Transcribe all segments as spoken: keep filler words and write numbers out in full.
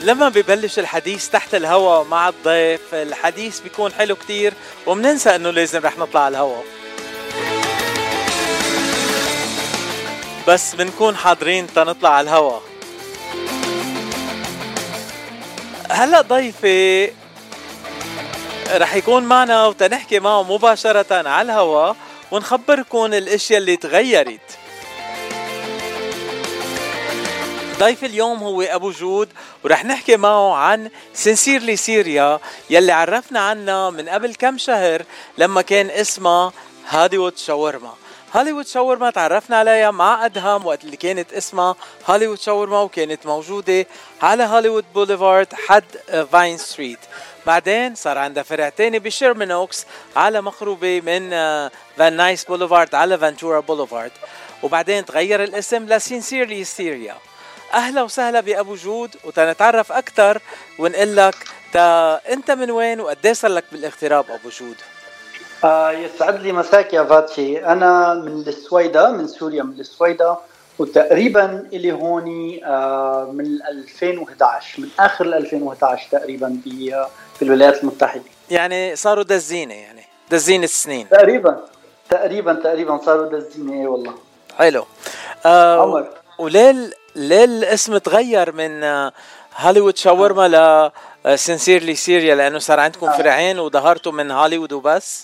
لما ببلش الحديث تحت الهواء مع الضيف الحديث بيكون حلو كتير ومننسى انه لازم رح نطلع على الهواء، بس بنكون حاضرين تنطلع على الهواء. هلأ ضيفي رح يكون معنا وتنحكي معه مباشرة على الهواء ونخبركم الاشياء اللي تغيرت. ضيف اليوم هو أبو جود ورح نحكي معه عن سينسيرلي سيريا يلي عرفنا عنها من قبل كم شهر لما كان اسمها هوليوود شاورما. هوليوود شاورما تعرفنا عليها مع أدهم وقت اللي كانت اسمها هوليوود شاورما وكانت موجودة على هوليوود بوليفارد حد فاين ستريت. بعدين صار عندها فرع تاني بشيرمان اوكس على مقربة من فان نايس بوليفارد على فانتورا بوليفارد، وبعدين تغير الاسم لسينسيرلي سيريا. أهلا وسهلا بأبو جود وتنتعرف أكتر ونقول لك تا أنت من وين وقديه صار لك بالاغتراب أبو جود؟ آه يسعد لي مساك يا فاتشي. أنا من السويدة، من سوريا، من السويدة، وتقريبا إلي هوني آه من ألفين وإحدى عشر، من آخر ألفين وإحدى عشر تقريبا في في الولايات المتحدة. يعني صاروا دزينة، يعني دزينة السنين تقريبا تقريبا تقريبا صاروا دزينة. والله حلو. آه عمر، وليل ليه الاسم تغير من هوليوود شاورما لسينسيرلي سيريا؟ لأنه صار عندكم آه. فرعين وظهرتوا من هوليوود وبس؟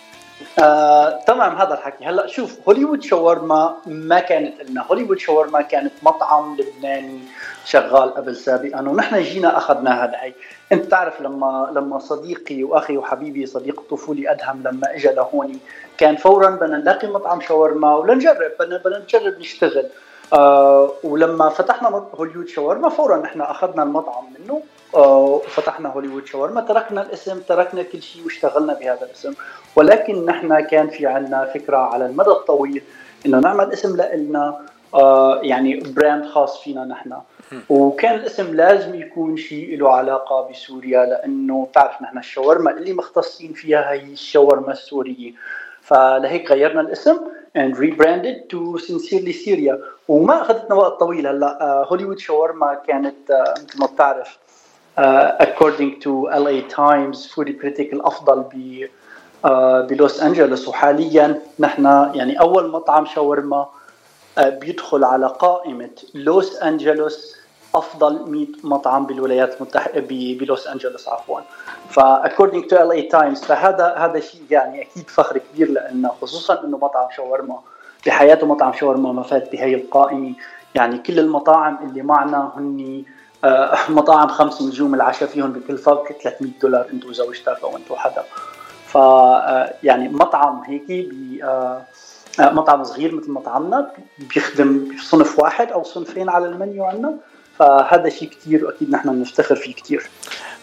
آه، تمام هذا الحكي. هلأ شوف، هوليوود شاورما ما كانت لنا. هوليوود شاورما كانت مطعم لبناني شغال قبل سابقا ونحن جينا أخذنا هذا. هي أنت تعرف لما لما صديقي وأخي وحبيبي صديق الطفولة أدهم لما إجا لهوني كان فورا بدنا نلاقي مطعم شاورما ولنجرب، بدنا بدنا نجرب نشتغل. آه ولما فتحنا هوليوود شاورما فورا نحن أخذنا المطعم منه آه وفتحنا هوليوود شاورما، تركنا الاسم، تركنا كل شيء واشتغلنا بهذا الاسم. ولكن نحن كان في عنا فكرة على المدى الطويل إنه نعمل اسم لنا، آه يعني براند خاص فينا نحن، وكان الاسم لازم يكون شيء له علاقة بسوريا، لأنه تعرف نحن الشاورما اللي مختصين فيها هي الشاورما السورية. فلهيك غيرنا الاسم and rebranded to Sincerely Syria. وما أخذتنا وقت طويل. هلا هوليوود شاورما كانت uh, مثل ما بتعرف uh, according to إل إيه Times food critic الأفضل ب uh, بلوس أنجلوس، وحاليا نحن يعني أول مطعم شاورما uh, بيدخل على قائمة لوس أنجلوس أفضل مئة مطعم بالولايات المتحدة بلوس أنجلوس عفوا. فا according to إل إيه Times، فهذا هذا شيء يعني أكيد فخر كبير لنا، خصوصا إنه مطعم شاورما بحياته مطعم شاورما ما فات بهاي القائمة. يعني كل المطاعم اللي معنا هني آه مطاعم خمس نجوم، العشاء فيهم بكلفة ثلاثمئة دولار انتو وزوجتك او انتو حدا. ف آه يعني مطعم هيك آه مطعم صغير مثل مطعمنا بيخدم صنف واحد او صنفين على المنيو عنا، فهذا شيء كتير واكيد نحن بنفتخر فيه كتير.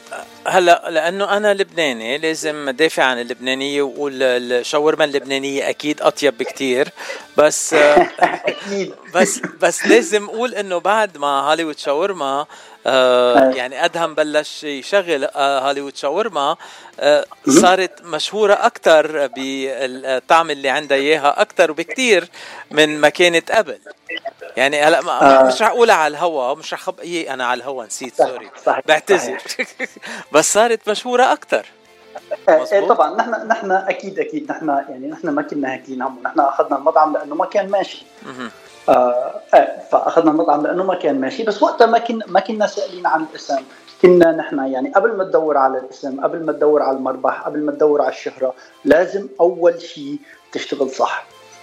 هلا لانه انا لبناني لازم ادافع عن اللبنانيه واقول الشاورما اللبنانيه اكيد اطيب بكتير، بس اكيد بس بس لازم اقول انه بعد ما هوليوود شاورما آه يعني ادهم بلش يشغل آه هوليوود شاورما آه صارت مشهوره اكثر بالطعم اللي عندها اياها اكثر بكتير من ما كانت قبل. يعني هلا آه. مش رح اقولها على الهوا، مش رح خب ايه انا على الهوا نسيت سوري بعتذر بس صارت مشهوره اكثر. ايه طبعا نحن نحن اكيد اكيد نحن يعني نحن ما كنا هاكلين هم، نحن اخذنا المطعم لانه ما كان ماشي. آه فاخذنا المطعم لانه ما كان ماشي، بس وقتها ما كنا ما كنا سائلين عن الاسم. كنا نحن يعني قبل ما تدور على الاسم، قبل ما تدور على المربح، قبل ما تدور على الشهرة، لازم اول شيء تشتغل صح.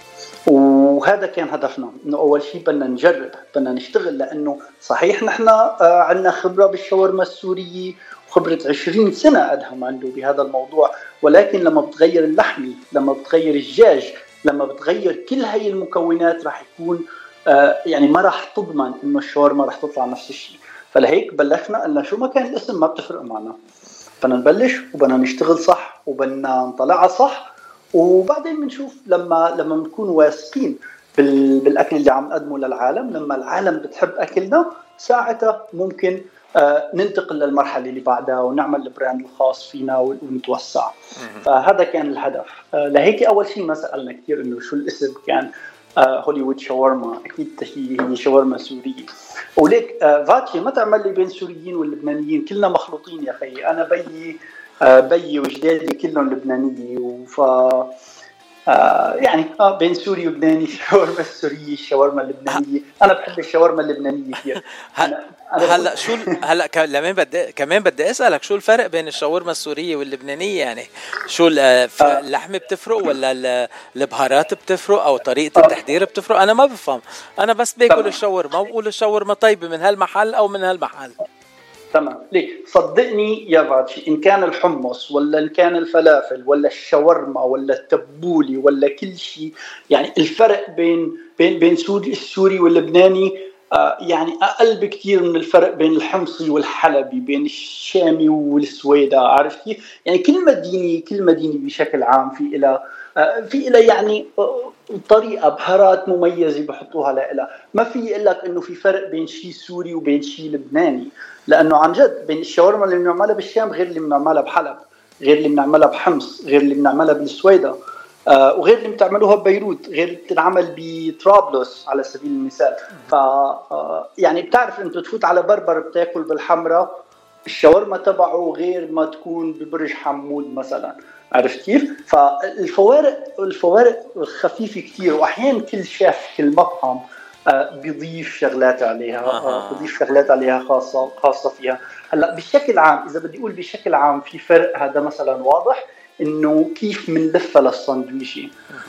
وهذا كان هدفنا، انه اول شيء بدنا نجرب، بدنا نشتغل، لانه صحيح نحن آه عندنا خبره بالشاورما السوريه وخبره عشرين سنه ادهم عنده بهذا الموضوع، ولكن لما بتغير اللحمه، لما بتغير الدجاج، لما بتغير كل هاي المكونات راح يكون آه يعني ما راح تضمن انه الشاورما راح تطلع نفس الشيء. فلهيك بلشنا قلنا شو ما كان الاسم ما بتفرق معنا، بدنا نبلش وبدنا نشتغل صح وبدنا نطلعها صح، وبعدين بنشوف لما لما بنكون واثقين بالاكل اللي عم نقدمه للعالم، لما العالم بتحب اكلنا ساعتها ممكن آه ننتقل للمرحله اللي بعدها ونعمل البراند الخاص فينا ونتوسع. فهذا كان الهدف. آه لهيك اول شيء ما سالنا كثير انه شو الاسم، كان آه هوليوود شاورما اكيد هي هي شاورما سوريه. وليك آه فاتشي ما تعمل لي بين سوريين واللبنانيين، كلنا مخلوطين يا اخي. انا بيي آه بيي وجدادي كلهم لبنانيه، وف آه يعني اه بين سوري ولبناني الشاورما السوريه الشاورما اللبنانيه. انا بحب الشاورما اللبنانيه كثير. أنا هلا شو هلا كمان بدي كمان بدي اسالك شو الفرق بين الشاورما السوريه واللبنانيه؟ يعني شو اللحمه بتفرق ولا البهارات بتفرق او طريقه التحضير بتفرق؟ انا ما بفهم، انا بس باكل الشاورما وبقول الشاورما طيبه من هالمحل او من هالمحل. تمام. ليه صدقني يا فاتشي، ان كان الحمص ولا ان كان الفلافل ولا الشاورما ولا التبولي ولا كل شيء، يعني الفرق بين بين بين سوري السوري واللبناني آه يعني اقل بكثير من الفرق بين الحمصي والحلبي، بين الشامي والسويدا. عارف كيف؟ يعني كل مدينه كل مدينه بشكل عام في إلى آه في إلى يعني آه طريقه بهارات مميزه بحطوها لها. ما في يقول لك انه في فرق بين شيء سوري وبين شيء لبناني، لانه عن جد بين الشاورما اللي بنعملها بالشام غير اللي بنعملها بحلب، غير اللي بنعملها بحمص، غير اللي بنعملها بالسويدا، آه وغير اللي بتعملوها ببيروت، غير اللي بتنعمل بطرابلس على سبيل المثال. ف آه يعني بتعرف انت تفوت على بربر بتاكل بالحمراء، الشاورما تبعه غير ما تكون ببرج حمود مثلا. عرفت كيف؟ فالفوارق الفوارق خفيفه كثير، واحيانا كل شيف كل مطعم آه بيضيف شغلات عليها آه بيضيف شغلات عليها خاصه خاصه فيها. هلا بشكل عام اذا بدي اقول بشكل عام في فرق هذا مثلا واضح، انه كيف منلفها للساندويشي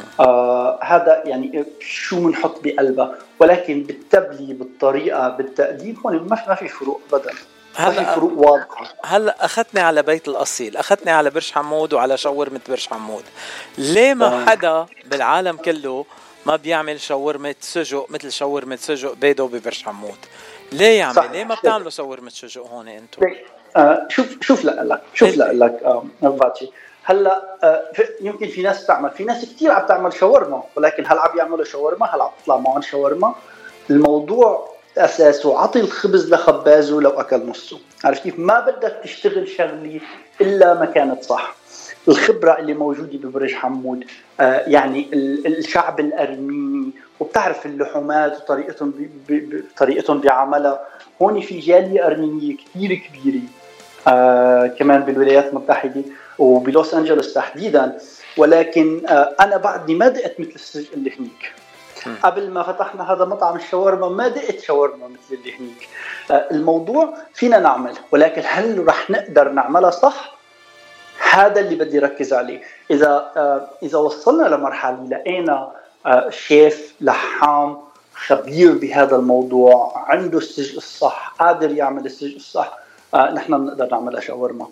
آه هذا يعني شو بنحط بقلبها، ولكن بالتبلي بالطريقه بالتقديم هون ما في ما في فروق ابدا. هلا فروق واضحه. هلا اخذتني على بيت الاصيل، اخذتني على برج حمود وعلى شاورمه برج حمود. ليه ما حدا بالعالم كله ما بيعمل شاورمه سجق مثل شاورمه سجق بيدو ببرج حمود؟ ليه يا عمي ليه ما بتعملوا شاورمه سجق هون انتم؟ آه شوف شوف لا لك شوف لا لك آه فاتشي. هلا آه يمكن في ناس تعمل في ناس كثير عم تعمل شاورما، ولكن هل عم يعملوا شاورما؟ هل عم تطلع معهم شاورما؟ الموضوع اساسه عطي الخبز لخبازه لو اكل نصه. عارف كيف؟ ما بدك تشتغل شغلي الا ما كانت صح. الخبره اللي موجوده ببرج حمود آه يعني الشعب الارميني، وبتعرف اللحومات وطريقتهم بطريقتهم بعملها. هون في جاليه ارمينيه كثير كبيره آه كمان بالولايات المتحده وبلوس انجلوس تحديدا، ولكن آه انا بعدني ما دقت مثل السجق اللي هنيك. قبل ما فتحنا هذا مطعم الشاورما ما دقت شاورما مثل اللي هنيك. آه الموضوع فينا نعمل، ولكن هل رح نقدر نعملها صح؟ هذا اللي بدي ركز عليه. إذا آه إذا وصلنا لمرحلة لقينا آه شيف لحام خبير بهذا الموضوع، عنده السجق الصح، قادر يعمل السجق الصح، آه نحن بنقدر نعملها شاورما.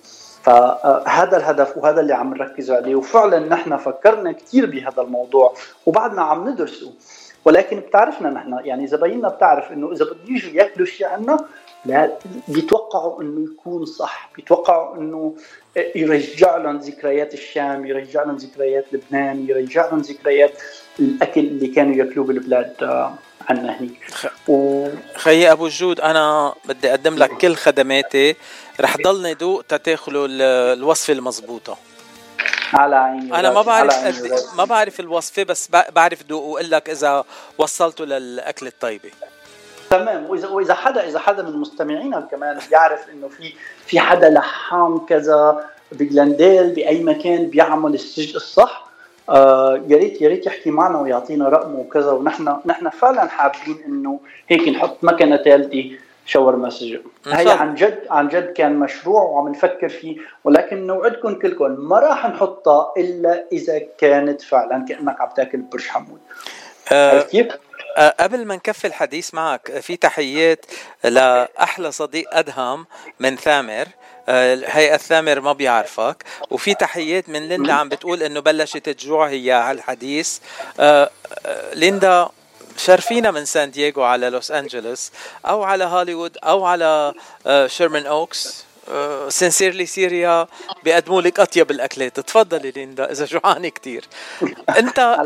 فهذا الهدف وهذا اللي عم نركز عليه، وفعلا نحن فكرنا كثير بهذا الموضوع وبعدنا عم ندرسه. ولكن بتعرفنا نحن يعني زبايننا بتعرف انه اذا بده يجوا ياكلوا شيء عنا لا بيتوقعوا انه يكون صح، بيتوقعوا انه يرجع لهم ذكريات الشام، يرجع لهم ذكريات لبنان، يرجع لهم ذكريات الاكل اللي كانوا ياكلوه بالبلاد عنا هنيك. و... خيي ابو جود انا بدي اقدم لك كل خدماتي، رح ضلني دوق تتاخلوا الوصفه المضبوطه. على عيني. انا ما بعرف ما بعرف الوصفه، بس بعرف دوق واقول لك اذا وصلته للاكل الطيبه. تمام. واذا واذا حدا اذا حدا من مستمعينا كمان بيعرف انه في في حدا لحام كذا بجلانديل باي مكان بيعمل السجق الصح، آه يا ريت يا ريت يحكي معنا ويعطينا رقمه وكذا، ونحن نحن فعلا حابين انه هيك نحط مكنه ثالثه شاورما سجق. هي عن جد عن جد كان مشروع وعم نفكر فيه، ولكن نوعدكم كلكم ما راح نحطها الا اذا كانت فعلا كانك عم تاكل برج حمود. أه كيف؟ أه قبل ما نكفي الحديث معك، في تحيات لاحلى صديق ادهم من ثامر. أه هي الثامر ما بيعرفك، وفي تحيات من ليندا عم بتقول انه بلشت تجوع هي على الحديث. أه ليندا شرفينا من سان دييغو على لوس أنجلوس أو على هوليوود أو على شيرمان أوكس. سينسيرلي سيريا بيقدموا لك أطيب الأكلات. تفضلي ليندا إذا جوعانة كتير. أنت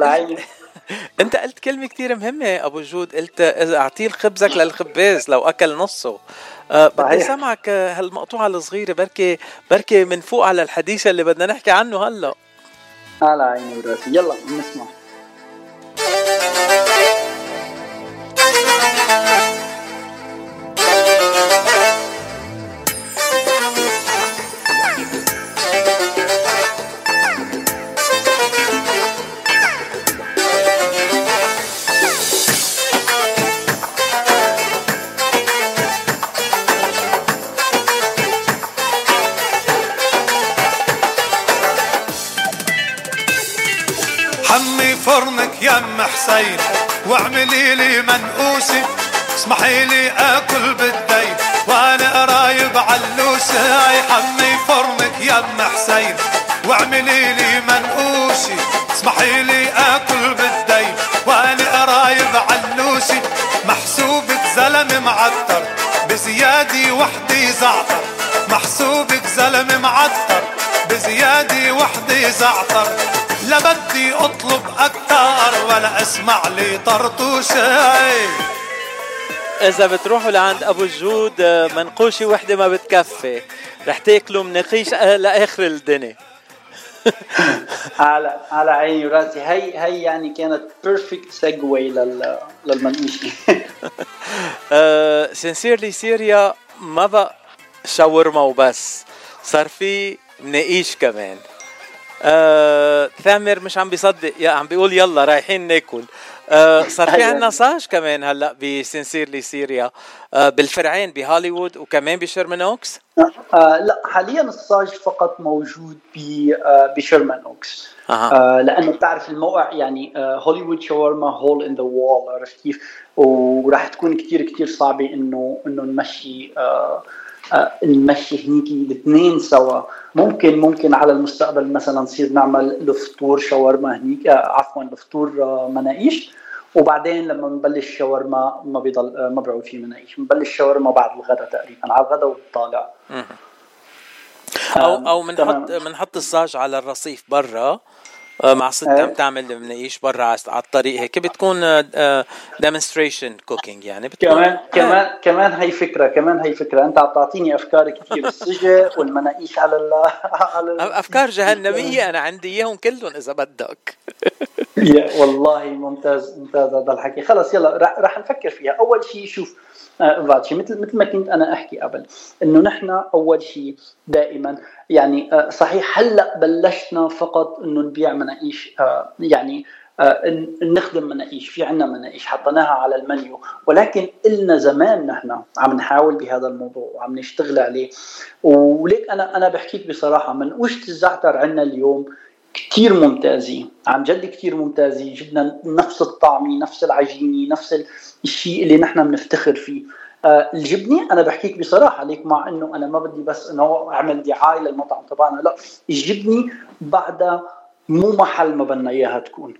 أنت قلت كلمة كتير مهمة أبو جود، قلت إذا أعطيه خبزك للخباز لو أكل نصه. أه بدي سمعك هالمقطوعة الصغيرة، بركي بركي من فوق على الحديث اللي بدنا نحكي عنه هلأ. على عيني وراسي، يلا نسمع. يم حسين واعملي لي منقوسي اسمحي لي اكل بالدين وانا قرايب علوسه يا حمي فرمك يم حسين واعملي لي منقوسي اسمحي لي اكل بالدين وانا قرايب علوسي محسوبك زلمه معطر بزيادة وحدي زعتر محسوبك زلمه معطر بزيادة وحدي زعتر لا بدي اطلب اكتر ولا اسمع لي طرطوشه. إذا بتروحوا لعند أبو الجود منقوشة وحدة ما بتكفي رح تاكلوا منقيش لآخر الدنيا. على على عيني وراسي. هي هي يعني كانت بيرفكت سيجواي لل للمنقوشة. سينسيرلي سيريا ما بقى شاورما وبس، صار في منقيش كمان. أه ثامر مش عم بيصدق، يا عم بيقول يلا رايحين ناكل. أه صار في عنا صاج كمان هلا بسينسيرلي سيريا، أه بالفرعين بهوليوود وكمان بشيرمان اوكس. أه لا حاليا الصاج فقط موجود ب أه بشيرمان اوكس. أه. أه لانه بتعرف الموقع يعني أه هوليوود شاورما هول ان ذا وول، عرفت كيف؟ وراح تكون كتير كتير صعبه انه انه نمشي أه أه نمشي هنيك الاثنين سوا. ممكن ممكن على المستقبل مثلا نصير نعمل الفطور شاورما هنيك، آه عفوا الفطور آه مناقيش، وبعدين لما نبلش شاورما ما بيضل آه ما بعود في مناقيش، بنبلش شاورما بعد الغداء تقريبا، على الغداء والطالع. او او بنحط بنحط الصاج على الرصيف برا مع ست عم تعمل مناقيش برا على الطريق، هيك بتكون ديمونستريشن كوكينج يعني. كمان آه. كمان كمان هي فكره كمان هي فكره انت عم تعطيني افكار كثير. السجق والمناقيش على ال على افكار جهنميه انا عندي اياهم كلهم اذا بدك. يا والله ممتاز ممتاز هذا الحكي. خلص يلا رح, رح نفكر فيها. اول شيء شوف آه فاتشي، مثل مثل ما كنت انا احكي قبل انه نحن اول شيء دائما يعني آه صحيح هلا بلشنا فقط انه نبيع مناقيش، آه يعني آه نخدم مناقيش، في عنا مناقيش حطيناها على المنيو، ولكن إلنا زمان نحن عم نحاول بهذا الموضوع وعم نشتغل عليه. وليك انا انا بحكيك بصراحه منقوشة الزعتر عنا اليوم كتير ممتازين، عن جد كتير ممتازين جدا، نفس الطعمي نفس العجيني نفس الشيء اللي نحن بنفتخر فيه. آه الجبنة أنا بحكيك بصراحة عليك، مع إنه أنا ما بدي بس إنه أعمل دعاية للمطعم تبعنا، لا الجبنة بعدها مو محل ما بدنا إياها تكون.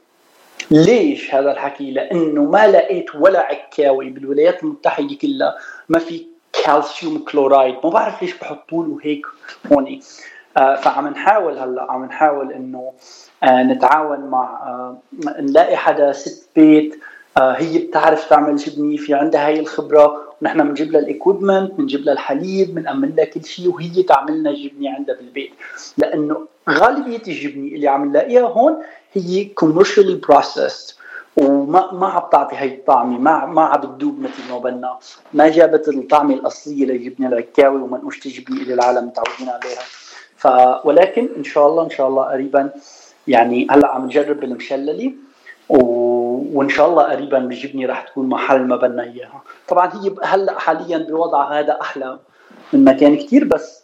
ليش هذا الحكي؟ لأنه ما لقيت ولا عكاوي بالولايات المتحدة كلها ما في كالسيوم كلورايد، ما بعرف ليش بحطوا له هيك هوني. آه فعم نحاول هلا عم نحاول إنه آه نتعاون مع آه نلاقي حدا ست بيت آه هي بتعرف تعمل جبنة، في عندها هاي الخبرة، ونحن بنجيب لها الايكويبمنت، بنجيب لها الحليب، بنأمن لها كل شيء، وهي تعملنا الجبنة عندها بالبيت. لأنه غالبية الجبنة اللي عم نلاقيها هون هي commercially processed وما ما عم تعطي هاي الطعمة، ما ما عم بتدوب مثل ما بدنا، ما جابت الطعمة الأصلية للجبنة العكاوي ومنقوشة الجبنة اللي العالم متعودين عليها. ف ولكن إن شاء الله إن شاء الله قريبا يعني هلا عم نجرب المشللة و... وإن شاء الله قريبا بالجبنة راح تكون محل ما بدنا إياها. طبعا هي هلا حاليا بوضع هذا أحلى من مكان كتير، بس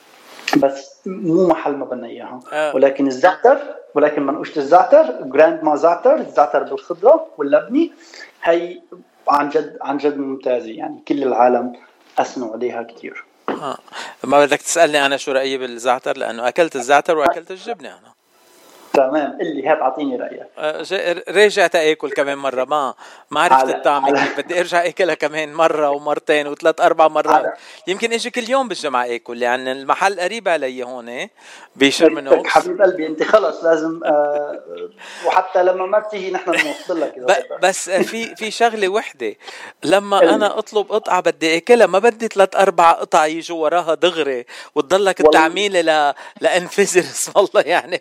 بس مو محل ما بدنا إياها. ولكن الزعتر ولكن منقوشة الزعتر جراند ما زعتر الزعتر بالخضرة واللبنة هي عن جد عن جد ممتازة، يعني كل العالم أثنوا عليها كتير. آه. ما بدك تسألني أنا شو رأيي بالزعتر، لأنه أكلت الزعتر وأكلت الجبنة أنا. تمام، اللي هات عطيني رأيك. أه رجعت أكل كمان مرة، ما ما عرفت الطعم كيف، بدي أرجع أكلها كمان مرة ومرتين وثلاث أربع مرات على. يمكن أجي كل يوم بالجمعة أكل، لأن يعني المحل قريب علي هون بشيرمان أوكس. حبيب قلبي أنت خلص لازم آه وحتى لما ما بتيجي نحن نوصل لك. ب- بس في في شغلة وحدة، لما أنا أطلب قطعة بدي أكلها ما بدي ثلاث أربع قطع يجوا وراها دغري وتضلك التعميله ل لأنفذر اسم الله يعني.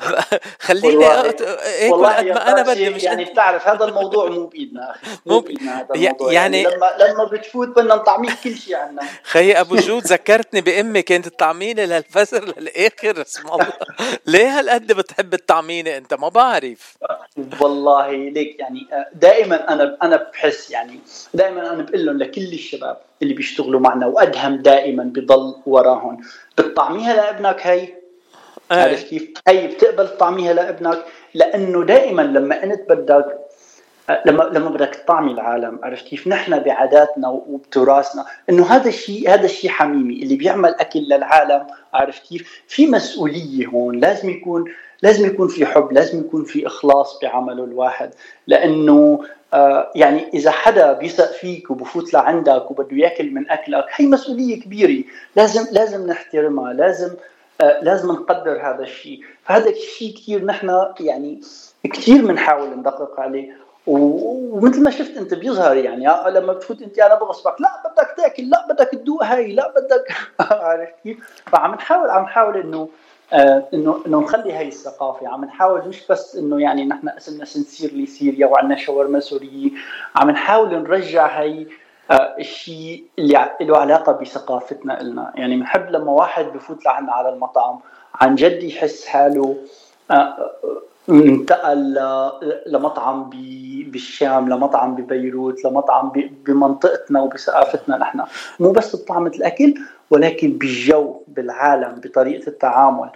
خليني اكل قد ما انا بدي، مش يعني بتعرف هذا الموضوع مو بايدنا اخي، مو بايدنا هذا الموضوع يعني, يعني لما لما بتفوت بدنا نطعميه كل شيء عنا. خي ابو جود ذكرتني بامي كانت الطعمينه للفسر للاخر اسم الله. ليه هالقد بتحب الطعمينه انت؟ ما بعرف والله ليك يعني دائما انا انا بحس يعني دائما انا بقول لهم لكل الشباب اللي بيشتغلوا معنا وادهم دائما بضل وراهم، بتطعميها لابنك هي عارف كيف؟ هي بتقبل تطعميها لابنك، لانه دائما لما انت بدك لما لما بدك تطعمي العالم، عرفت كيف؟ نحن بعاداتنا وبتراثنا انه هذا الشيء هذا الشيء حميمي اللي بيعمل اكل للعالم، عرفت كيف؟ في مسؤوليه هون، لازم يكون لازم يكون في حب، لازم يكون في اخلاص بعمله الواحد، لانه آه يعني اذا حدا بيثق فيك وبفوت لعندك وبده ياكل من اكلك، هي مسؤوليه كبيره، لازم لازم نحترمها، لازم آه لازم نقدر هذا الشيء. فهذا الشيء كثير نحن يعني كثير بنحاول ندقق عليه. ومثل ما شفت انت بيظهر يعني لما بتفوت انت انا بغصبك، لا بدك تاكل، لا بدك تدوق هاي، لا بدك عارف كيف؟ فعم نحاول عم نحاول انه آه انه انه نخلي هاي الثقافه، عم نحاول مش بس انه يعني نحن اسمنا سنسيرلي سوريا وعندنا شاورما سوريه، عم نحاول نرجع هاي آه الشيء اللي له علاقه بثقافتنا إلنا. يعني بنحب لما واحد بفوت لعنا على المطعم عن جد يحس حاله آه انتقل لمطعم بالشام، لمطعم ببيروت، لمطعم بمنطقتنا وبثقافتنا نحن، مو بس بطعمة الأكل ولكن بالجو، بالعالم، بطريقة التعامل.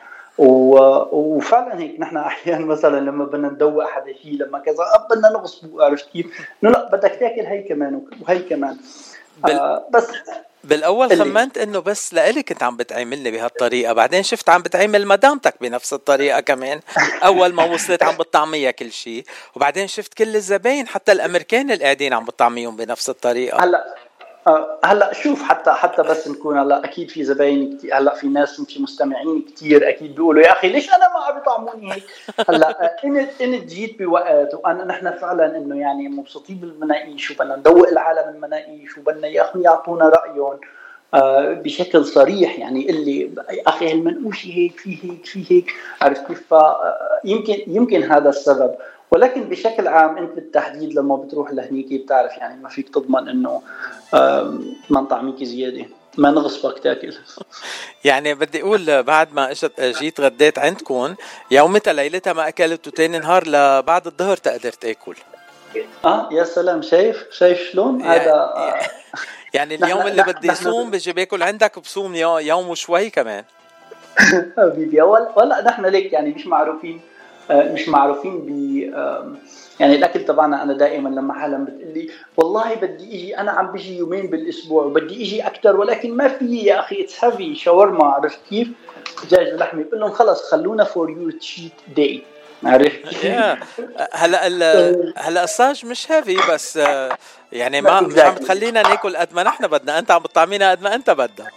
وفعلا هيك نحن أحيانا مثلا لما بدنا ندوق حدا شيء، لما كذا بدنا نغصبه، عرفت كيف؟ إنه لا بدك تاكل هي كمان وهي كمان. بال... آه بس بالاول خمنت انه بس لإلي كنت عم بتعاملني بهالطريقه، بعدين شفت عم بتعامل مدامتك بنفس الطريقه كمان. اول ما وصلت عم بتطعميها كل شيء، وبعدين شفت كل الزباين حتى الامريكان اللي قاعدين عم بتطعميهم بنفس الطريقه. هلا أه هلا شوف، حتى حتى بس نكون هلا اكيد في زباين كتير، هلا في ناس في مستمعين كتير اكيد بيقولوا يا اخي ليش انا ما عم بيطعموني هيك. هلا ان ان جيت بوقت وانا نحن فعلا انه يعني مبسوطين بالمناقيش وبدنا ندوق العالم المناقيش وبدنا ياخذوا يعطونا رايهم آه بشكل صريح، يعني اللي اخي هالمنقوشه هيك في هيك في هيك، عرفت كيف؟ يمكن يمكن هذا السبب. ولكن بشكل عام انت بالتحديد لما بتروح لهنيك بتعرف يعني ما فيك تضمن انه ما نطعميك زياده، ما نغصبك تاكل. يعني بدي اقول بعد ما اجت جيت غديت عندكم يومتها ليلتها ما اكلت، وتاني نهار لبعد الظهر تقدرت اكل. اه يا سلام، شايف شايف شلون هذا يعني, يعني اليوم اللي بدي صوم بيجي باكل عندك بصوم يوم وشوي كمان. حبيبي ولا نحن ليك يعني مش معروفين مش معروفين ب يعني الاكل تبعنا. انا دائما لما حدا بتقلي والله بدي اجي، انا عم بيجي يومين بالاسبوع وبدي اجي اكثر ولكن ما في يا اخي، اتس هيفي شاورما، عرفت كيف؟ دجاج ولحمه، بقول لهم خلص خلونا فور يور تشيت داي، عرفت؟ هلا هلا الصاج مش هيفي بس يعني ما مش عم بتخلينا ناكل قد ما نحن بدنا، انت عم بتطعمينا قد ما انت بدك.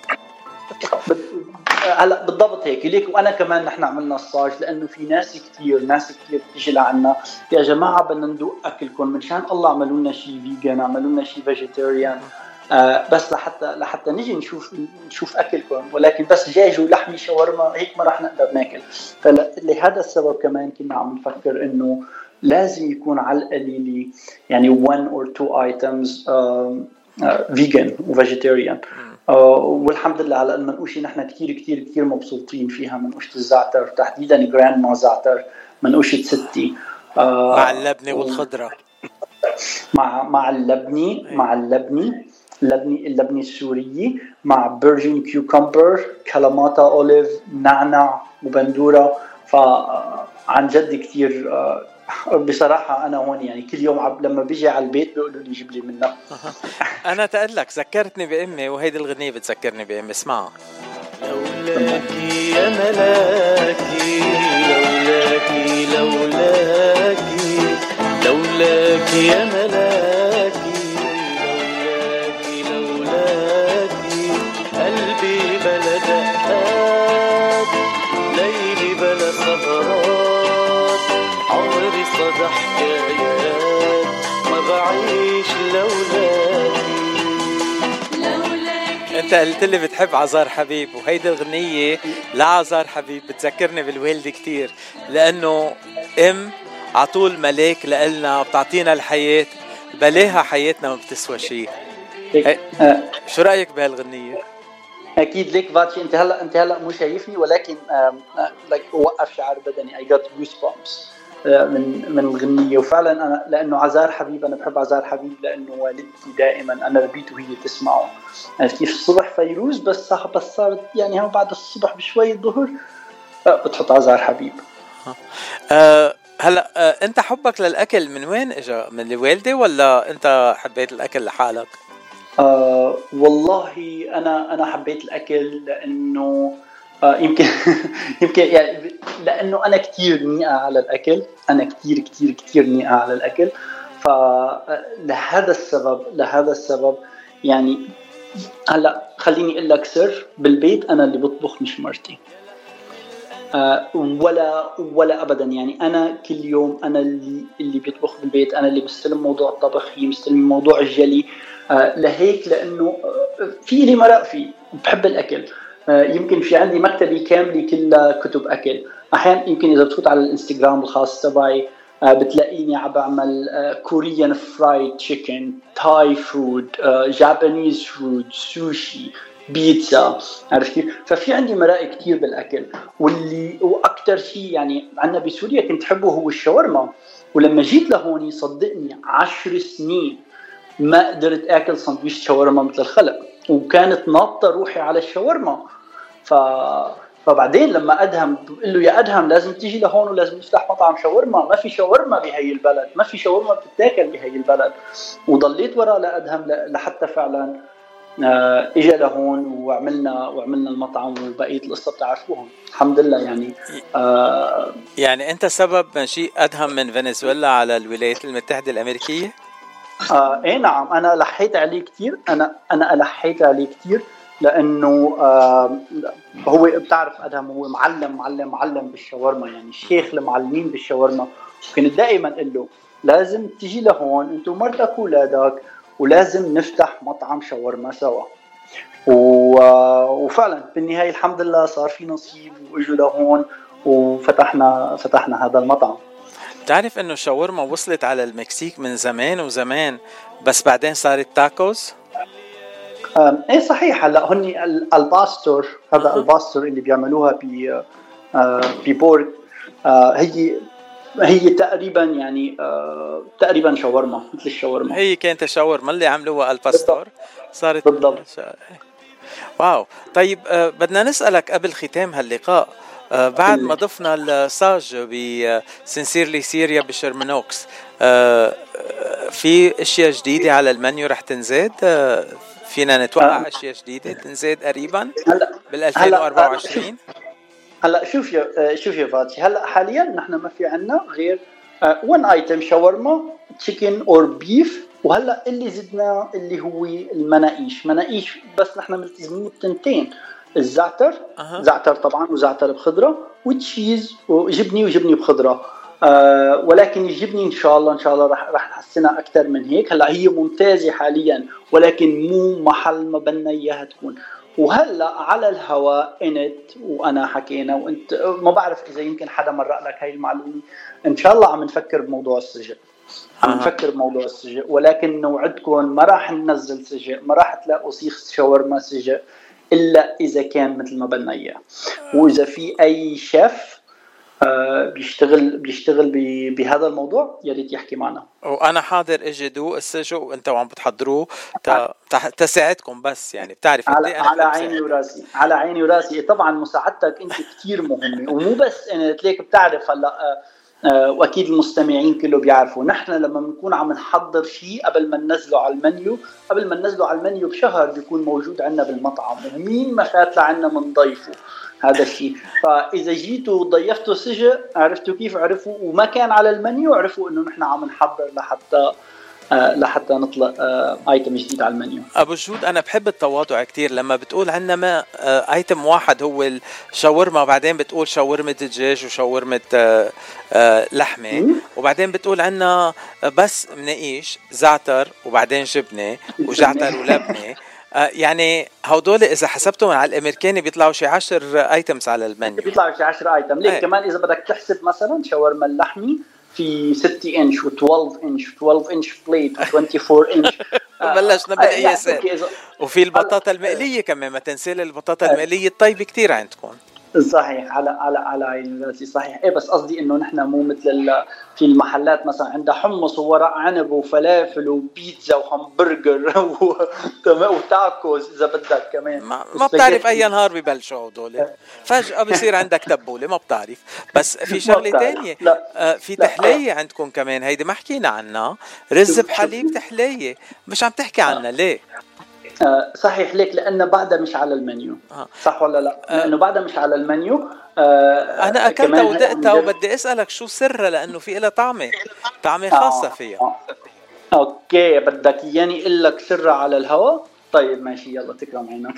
هلا بالضبط هيك ليك. وانا كمان نحن عملنا الصاج لانه في ناس كثير ناس كثير بتيجي لعنا يا جماعه بدنا ندوق اكلكم، من شان الله اعملوا لنا شيء فيجن، عملوا لنا شيء فيجيتيريان، آه بس لحتى لحتى نجي نشوف نشوف اكلكم. ولكن بس دجاج ولحمه شاورما هيك ما راح نقدر ناكل. فلهذا السبب كمان كنا عم نفكر انه لازم يكون على القليل يعني one or two items فيجن وفيجيتيريان. آه والحمد لله على المنقوشه نحن كثير كثير كثير مبسوطين فيها. منقوشه الزعتر تحديدا جراند ما زعتر، منقوشه ستي آه مع اللبنه والخضره، مع مع اللبنه مع اللبنه اللبنه اللبنه السوريه مع بيرجين كيوكمبر، كلاماتا اوليف، نعناع وبندوره. فعن جد كثير آه بصراحة أنا هون يعني كل يوم عب لما بيجي على البيت بيقولوا لي جيب لي منها. أنا تقلك ذكرتني بأمي، وهيدي الغنية بتذكرني بأمي، اسمعها. لولاكي يا ملاكي، لولاكي لولاكي لولاكي يا ملاكي، لولاكي لولاكي قلبي بلا دقات، ليلي بلا سهرات، عمري صدى حكايات، ما بعيش لولاكي. انت قلت لي بتحب عزار حبيب، وهيدي الغنية لعزار حبيب بتذكرني بالوالد كتير، لأنه ام عطول ملاك لإلنا، بتعطينا الحياة، بلاها حياتنا ما بتسوى شيء. شو رأيك بهالغنية؟ أكيد ليك باتشي، أنت هلا أنت هلا مو شايفني ولكن لك وقف شعر بدني. I got goosebumps من من الغنية. وفعلا أنا لأنه عزار حبيب، أنا بحب عزار حبيب لأنه والدتي دائما أنا ربيته وهي تسمعه. عرفت كيف؟ الصبح فيروز بس صح، بس صارت يعني هم بعد الصبح بشوي الظهر بتحط على زهر حبيب. أه هلا أه انت حبك للاكل من وين اجى؟ من الوالده ولا انت حبيت الاكل لحالك؟ أه والله انا انا حبيت الاكل لانه أه يمكن يمكن يعني لانه انا كثير نيئه على الاكل، انا كثير كثير كثير نيئه على الاكل. فلهذا السبب لهذا السبب يعني هلا خليني اقول لك سر، بالبيت انا اللي بطبخ مش مرتي. أه ولا ولا ابدا، يعني انا كل يوم انا اللي اللي بيطبخ بالبيت، انا اللي بستلم موضوع الطبخ، هي مستلم موضوع الجلي. أه لهيك لانه في لي مرق فيه، بحب الاكل. أه يمكن في عندي مكتبي كامله كلها كتب اكل. احيانا يمكن اذا بتفوت على الانستغرام الخاص تبعي أه بتلاقيني عم بعمل أه كوريان فرايد تشيكن، تاي فود، أه جابانيز فود، سوشي، بيتزا، عرفت كيف؟ ففي عندي مرائي كتير بالاكل. واللي واكثر شيء يعني عندنا بسوريا كنت حبه هو الشاورما. ولما جيت لهون صدقني عشر سنين ما قدرت اكل سندويش شاورما مثل الخلق، وكانت ناطه روحي على الشاورما. ف فبعدين لما ادهم بقول له يا ادهم لازم تيجي لهون ولازم نفتح مطعم شاورما، ما في شاورما بهي البلد، ما في شاورما بتتاكل بهي البلد. وضليت ورا لادهم لحتى فعلا آه اجى لهون وعملنا وعملنا المطعم، وبقيه القصه بتعرفوها الحمد لله. يعني آه يعني انت سبب مجيء ادهم من فنزويلا على الولايات المتحده الامريكيه؟ آه ايه نعم، انا لحيت عليه كثير، انا انا لحيت عليه كثير لانه آه هو بتعرف ادهم هو معلم معلم معلم بالشاورما، يعني شيخ المعلمين بالشاورما. وكنت دائما اقول له لازم تيجي لهون انت ومرتك واولادك ولازم نفتح مطعم شاورما سوا. وفعلا بالنهايه الحمد لله صار في نصيب واجوا لهون وفتحنا فتحنا هذا المطعم. تعرف انه الشاورما وصلت على المكسيك من زمان وزمان، بس بعدين صارت تاكوز. ايه صحيح. هلا هني الباستور، هذا أه. الباستور اللي بيعملوها ب ببورك، هي هي تقريبا يعني آه تقريبا شاورما مثل الشاورما. هي كانت الشاورما اللي عملوها الباستور صارت بالضبط. واو. طيب آه بدنا نسألك قبل ختام هاللقاء، آه بعد ما ضفنا الساج بسنسيرلي سيريا بشرمنوكس، آه في اشياء جديدة على المنيو رح تنزاد؟ آه فينا نتوقع آه. اشياء جديدة تنزاد قريبا بال ألفين وأربعة وعشرين؟ هلا شوف يا شوف يا فاتي، هلا حاليا نحن ما في عنا غير وان ايتم شاورما تشيكن اور بيف. وهلا اللي زدناه اللي هو المناقيش. مناقيش بس نحن ملتزمين بتنتين، الزعتر أه. زعتر طبعا وزعتر بخضره، وتشيز وجبني وجبني بخضره. آه ولكن الجبني ان شاء الله ان شاء الله رح رح نحسنها اكثر من هيك. هلا هي ممتازه حاليا ولكن مو محل ما بدنا اياها تكون. وهلا على الهواء انت وانا حكينا، وانت ما بعرف اذا يمكن حدا مرق لك هاي المعلومه، ان شاء الله عم نفكر بموضوع السجق. عم أه. نفكر بموضوع السجق، ولكن نوعدكم ما راح ننزل سجق، ما راح تلاقوا سيخ شاورما سجق الا اذا كان مثل ما بدنا اياه. واذا في اي شيف آه بيشتغل بيشتغل بهذا الموضوع يا ريت يحكي معنا. وانا حاضر اجي دوق السجق وانتوا عم بتحضروه تساعدكم، بس يعني بتعرف على, على عيني وراسي، على عيني وراسي. طبعا مساعدتك انت كثير مهمه، ومو بس انا ليك بتعرف هلا آه واكيد المستمعين كله بيعرفوا نحن لما بنكون عم نحضر شيء قبل ما ننزله على المنيو، قبل ما ننزله على المنيو بشهر بيكون موجود عندنا بالمطعم، ومين ما فات لعنا بنضيفه هذا الشيء. فاذا جيتوا ضيفتوا سجق عرفتوا كيف، عرفوا وما كان على المنيو عرفوا انه نحن عم نحضر لحتى آه لحتى نطلق آه ايتم جديد على المنيو. ابو جود انا بحب التواضع كتير، لما بتقول عنا ما آه ايتم واحد هو الشاورما، بعدين بتقول شاورمة دجاج وشاورمة آه آه لحمة، وبعدين بتقول عنا بس مناقيش زعتر وبعدين جبنة وجعتر ولبنة. آه يعني هودول اذا حسبتهم على الامريكاني بيطلعوا شي عشر ايتمز على المنيو، بيطلعوا شي عشر ايتم. ليك كمان اذا بدك تحسب مثلا شاورما اللحمي في ستة انش و12 انش و12 انش بليت و24 انش بلشنا بالقياسات. وفي البطاطا المقليه كمان، ما تنسى البطاطا المقليه الطيبه كتير عندكم. صحيح، على على على عيني وراسي، صحيح. ايه بس قصدي انه نحن مو مثل ال- في المحلات مثلا عندها حمص وورق عنب وفلافل وبيتزا وهمبرجر و- تمام، وتاكوز اذا بدك كمان. ما, ما بتعرف اي نهار ببلشوا هدول، فجأة بصير عندك تبولة، ما بتعرف. بس في شغلة بتعرف. تانية، لا. آه في لا. تحلية عندكم كمان، هيدي ما حكينا عنها، رز شوف- بحليب شوف. تحلية، مش عم تحكي عنها ليه؟ آه صحيح، ليك لأن بعدها مش على المنيو. آه. صح ولا لا؟ آه. لأنه بعدها مش على المنيو. آه أنا أكلتها كمان هي ودقتها عم جد- وبدي أسألك شو سرها، لأنه في إلها طعمة طعمة خاصة فيها. آه. آه. اوكي، بدك اياني اقول لك سرها على الهواء؟ طيب ماشي، يلا تكرم عينك.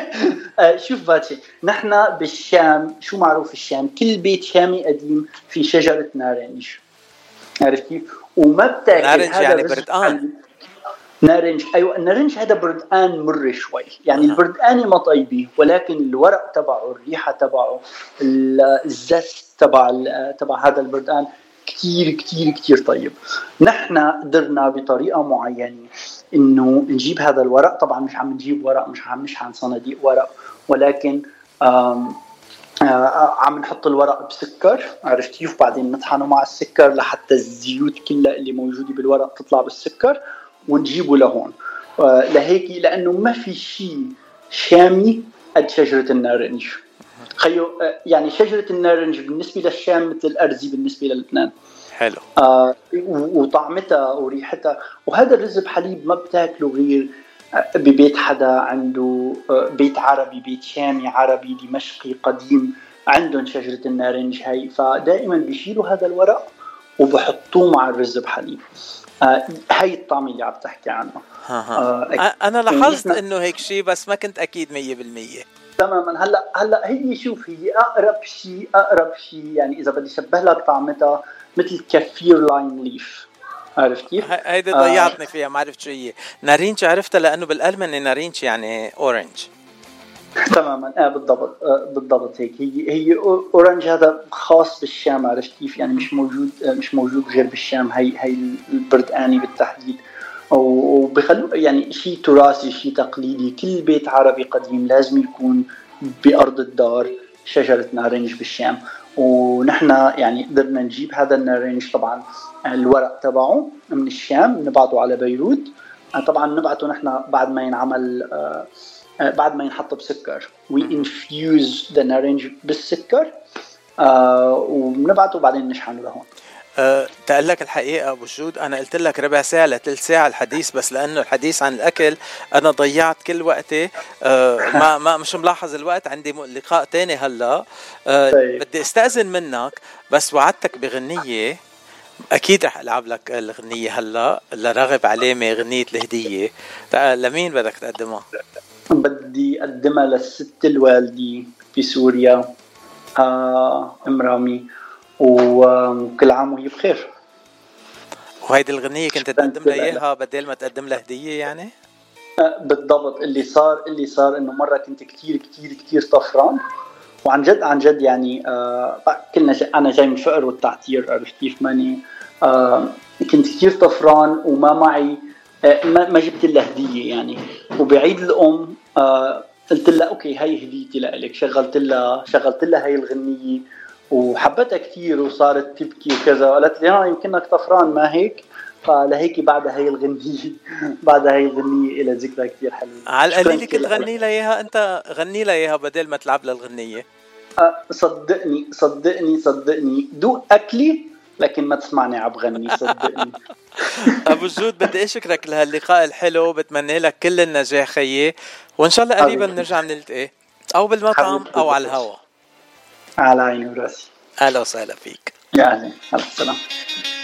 آه شوف باتشي، نحن بالشام شو معروف الشام؟ كل بيت شامي قديم في شجرة نارنج، عرفت كيف؟ وما بتاكل نارنج هذا يعني الرز بردقان. بحليب. نارنج، ايوه النارنج هذا بردقان مر شوي، يعني أها. البردقاني ما طيبه، ولكن الورق تبعه، الريحه تبعه، ال- الزست تبع ال- تبع هذا البردقان كتير كتير كتير طيب. نحن قدرنا بطريقه معينه انه نجيب هذا الورق، طبعا مش عم نجيب ورق، مش عم مش عن صناديق ورق، ولكن آم آه عم نحط الورق بسكر، عرفت كيف؟ بعدين نطحنه مع السكر لحتى الزيوت كلها اللي موجوده بالورق تطلع بالسكر، ونجيبه لهون. آه لهيك لانه ما في شيء شامي قد شجره النارنج. خيو آه يعني شجره النارنج بالنسبه للشام مثل الارزي بالنسبه للبنان. حلو. آه وطعمتها وريحتها. وهذا الرز بحليب ما بتاكله غير ببيت حدا عنده بيت عربي، بيت شامي عربي دمشقي قديم عندهم شجرة النارنج هاي، فدائما بيشيلوا هذا الورق وبحطوه مع الرز بحليب. آه هاي الطعم اللي عم تحكي عنه. ها ها. آه أنا لاحظت إنه هيك شيء، بس ما كنت أكيد مية بالمية. تماما. هلا هلا هي شوف، هي أقرب شيء أقرب شيء يعني إذا بدي شبه لك طعمتها مثل كفير لايم ليف، عرفت كيف؟ هيدي ضيعتني فيها، ما عرفت شو هي. نارينج عرفتها لأنه بالألماني نارينج يعني أورنج. تماما. اه بالضبط. آه بالضبط هيك. هي هي اورنج هذا خاص بالشام، عرفت كيف؟ يعني مش موجود آه مش موجود غير بالشام. هي هي البردقاني بالتحديد، وبخلو يعني شيء تراثي، شيء تقليدي. كل بيت عربي قديم لازم يكون بأرض الدار شجرة نارنج بالشام. ونحن يعني قدرنا نجيب هذا النارنج، طبعا الورق تبعه من الشام نبعته على بيروت. طبعا نبعته نحن بعد ما ينعمل آه بعد ما ينحط بسكر، we infuse the نارنج بالسكر آه ونبعته بعدين نشحنه لهون. أه تقول لك الحقيقة أبو جود، أنا قلت لك ربع ساعة لثلث ساعة الحديث، بس لأنه الحديث عن الأكل أنا ضيعت كل وقتي. أه ما ما مش ملاحظ الوقت، عندي لقاء تاني هلا. أه بدي استأذن منك، بس وعدتك بغنية أكيد رح ألعب لك الغنية هلا لراغب علامة، غنية الهدية. لمين بدك تقدمها؟ بدي أقدمها للست الوالدي في سوريا، آه أم رامي، وكل عام وهي بخير. وهيدي الغنية كنت تقدم لها إياها بدل ما تقدم لها هدية يعني؟ آه بالضبط. اللي صار اللي صار إنه مرة كنت كتير كتير كتير طفران، وعن جد عن جد يعني آه كلنا جا أنا جاي من الفقر والتعتير، عرفت كيف؟ ماني آه كنت كتير طفران وما معي آه ما, ما جبت لها هدية يعني. وبعيد الأم آه قلت لها أوكي هاي هديتي لإلك، شغلت لها شغلت لها هاي الغنية وحبتها كتير وصارت تبكي وكذا. قالت لي ها يمكنك طفران ما هيك؟ فلهيك بعد هاي الغنية بعد هاي الغنية إلى ذكرى كتير حلوة. على القليل كنت غني لها إياها أنت، غني لها إياها بدل ما تلعب للغنية. أه صدقني صدقني صدقني دوق أكلي لكن ما تسمعني عم بغني، صدقني. أبو جود بدي أشكرك لهاللقاء الحلو، بتمنى لك كل النجاح خيي، وإن شاء الله قريبا نرجع نلتقي أو بالمطعم أو على الهواء. على عيني وراسي. أهلا وسهلا فيك. يا أهلا، على السلامة.